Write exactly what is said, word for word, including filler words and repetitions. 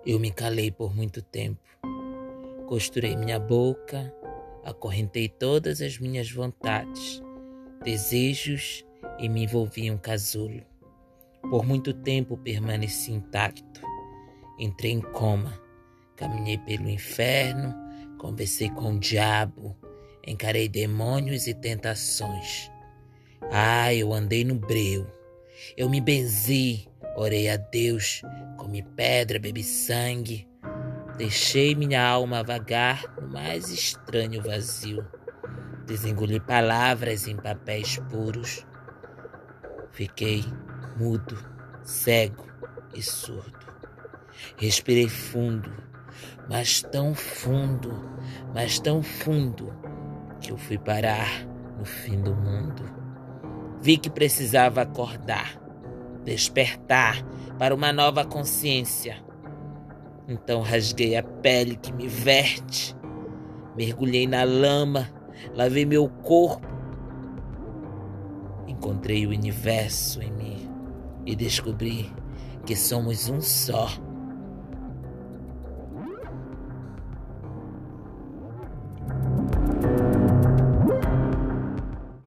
Eu me calei por muito tempo. Costurei minha boca, acorrentei todas as minhas vontades, desejos e me envolvi em um casulo. Por muito tempo permaneci intacto. Entrei em coma, caminhei pelo inferno, conversei com o diabo, encarei demônios e tentações. Ah, eu andei no breu, eu me benzi, orei a Deus, comi pedra, bebi sangue. Deixei minha alma vagar no mais estranho vazio. Desengoli palavras em papéis puros. Fiquei mudo, cego e surdo. Respirei fundo, mas tão fundo, mas tão fundo, que eu fui parar no fim do mundo. Vi que precisava acordar, despertar para uma nova consciência. Então rasguei a pele que me verte, mergulhei na lama, lavei meu corpo, encontrei o universo em mim e descobri que somos um só.